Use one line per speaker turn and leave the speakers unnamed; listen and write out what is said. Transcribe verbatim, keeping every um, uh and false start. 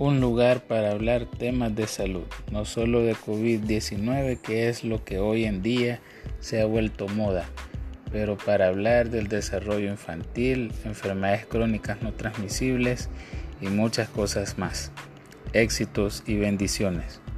un lugar para hablar temas de salud, no solo de covid diecinueve, que es lo que hoy en día se ha vuelto moda, pero para hablar del desarrollo infantil, enfermedades crónicas no transmisibles y muchas cosas más. Éxitos y bendiciones.